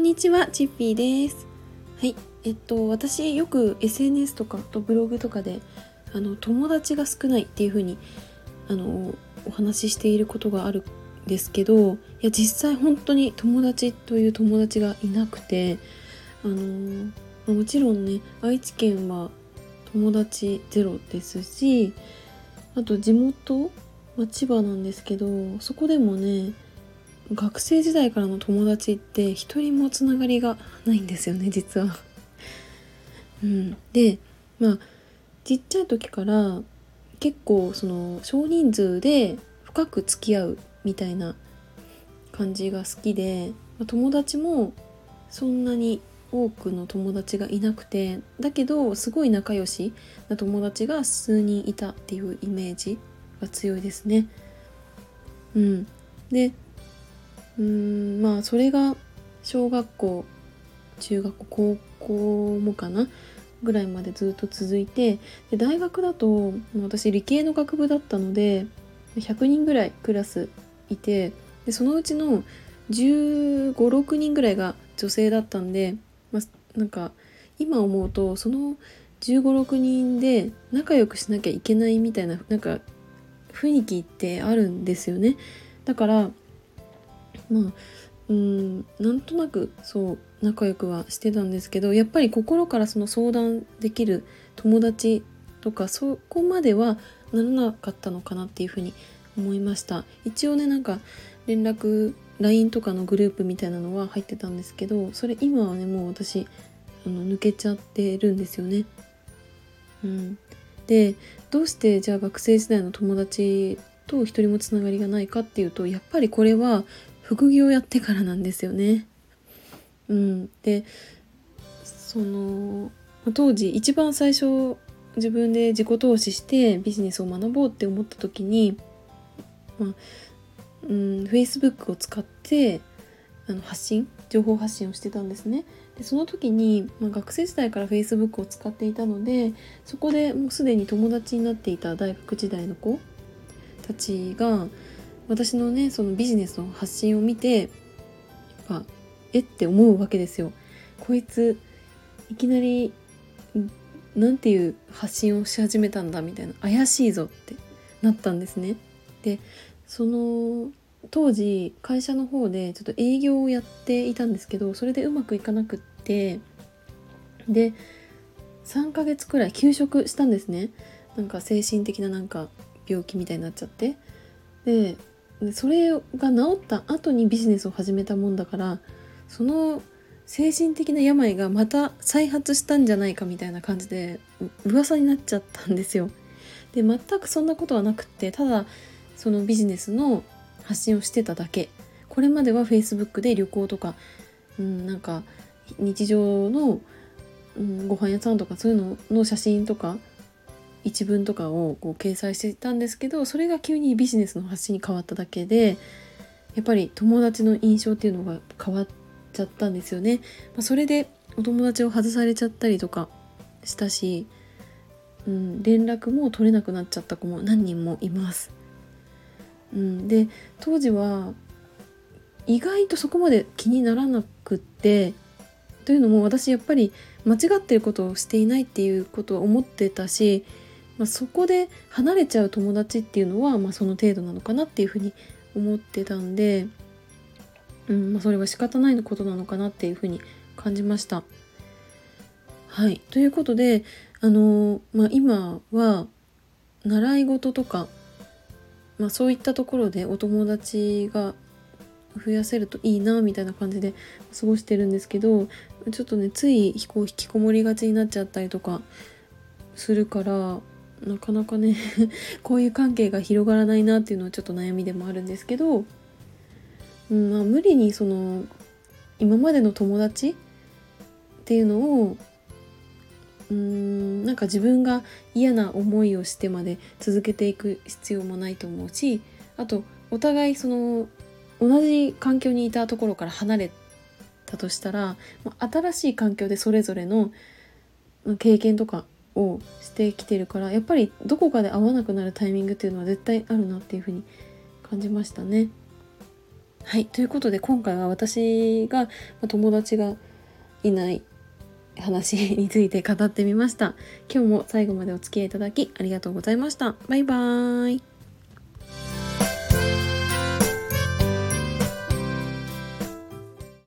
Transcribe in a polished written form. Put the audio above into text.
にちは、チッピーです。はい、私よく SNS とかブログとかで友達が少ないっていう風にお話ししていることがあるんですけど、いや実際本当に友達という友達がいなくて、もちろんね、愛知県は友達ゼロですし、あと地元は千葉なんですけど、そこでもね、学生時代からの友達って一人もつながりがないんですよね、実は。で、ちっちゃい時から結構その少人数で深く付き合うみたいな感じが好きで、友達もそんなに多くの友達がいなくて、だけどすごい仲良しな友達が数人いたっていうイメージが強いですね。で、それが小学校、中学校、高校もかなぐらいまでずっと続いて、で大学だと私理系の学部だったので100人ぐらいクラスいて、でそのうちの15、6人ぐらいが女性だったんで、なんか今思うとその15、6人で仲良くしなきゃいけないみたいな雰囲気ってあるんですよね。だからなんとなくそう仲良くはしてたんですけど、やっぱり心からその相談できる友達とかそこまではならなかったのかなっていうふうに思いました。一応ね、連絡 LINE とかのグループみたいなのは入ってたんですけど、それ今はねもう私抜けちゃってるんですよね。で、どうしてじゃあ学生時代の友達と一人もつながりがないかっていうと、やっぱりこれは副業やってからなんですよね。で、その当時一番最初自分で自己投資してビジネスを学ぼうって思った時に、Facebook を使って情報発信をしてたんですね。でその時に、学生時代から Facebook を使っていたので、そこでもうすでに友達になっていた大学時代の子たちが私のねそのビジネスの発信を見て、やっぱって思うわけですよ。こいついきなりなんていう発信をし始めたんだみたいな、怪しいぞってなったんですね。でその当時会社の方でちょっと営業をやっていたんですけど、それでうまくいかなくって、で3ヶ月くらい休職したんですね。精神的な病気みたいになっちゃって、でそれが治った後にビジネスを始めたもんだから、その精神的な病がまた再発したんじゃないかみたいな感じで噂になっちゃったんですよ。で全くそんなことはなくって、ただそのビジネスの発信をしてただけ。これまでは Facebook で旅行とか、日常の、ご飯屋さんとかそういうのの写真とか一文とかを掲載していたんですけど、それが急にビジネスの発信に変わっただけで、やっぱり友達の印象っていうのが変わっちゃったんですよね。それでお友達を外されちゃったりとかしたし、連絡も取れなくなっちゃった子も何人もいます。で当時は意外とそこまで気にならなくって、というのも私やっぱり間違ってることをしていないっていうことを思ってたし、そこで離れちゃう友達っていうのは、その程度なのかなっていうふうに思ってたんで、それは仕方ないことなのかなっていうふうに感じました。はい、ということで今は習い事とか、そういったところでお友達が増やせるといいなみたいな感じで過ごしてるんですけど、ちょっとねつい引きこもりがちになっちゃったりとかするから、なかなかねこういう関係が広がらないなっていうのはちょっと悩みでもあるんですけど、無理にその今までの友達っていうのを自分が嫌な思いをしてまで続けていく必要もないと思うし、あとお互いその同じ環境にいたところから離れたとしたら、新しい環境でそれぞれの経験とかをしてきてるから、やっぱりどこかで会わなくなるタイミングっていうのは絶対あるなっていうふうに感じましたね。 はい、ということで今回は私が友達がいない話について語ってみました。今日も最後までお付き合いいただきありがとうございました。バイバーイ。